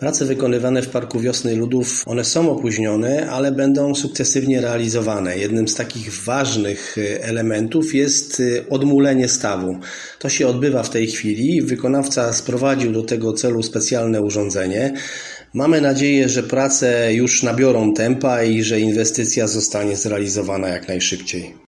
Prace wykonywane w Parku Wiosny Ludów, one są opóźnione, ale będą sukcesywnie realizowane. Jednym z takich ważnych elementów jest odmulenie stawu. To się odbywa w tej chwili. Wykonawca sprowadził do tego celu specjalne urządzenie. Mamy nadzieję, że prace już nabiorą tempa i że inwestycja zostanie zrealizowana jak najszybciej.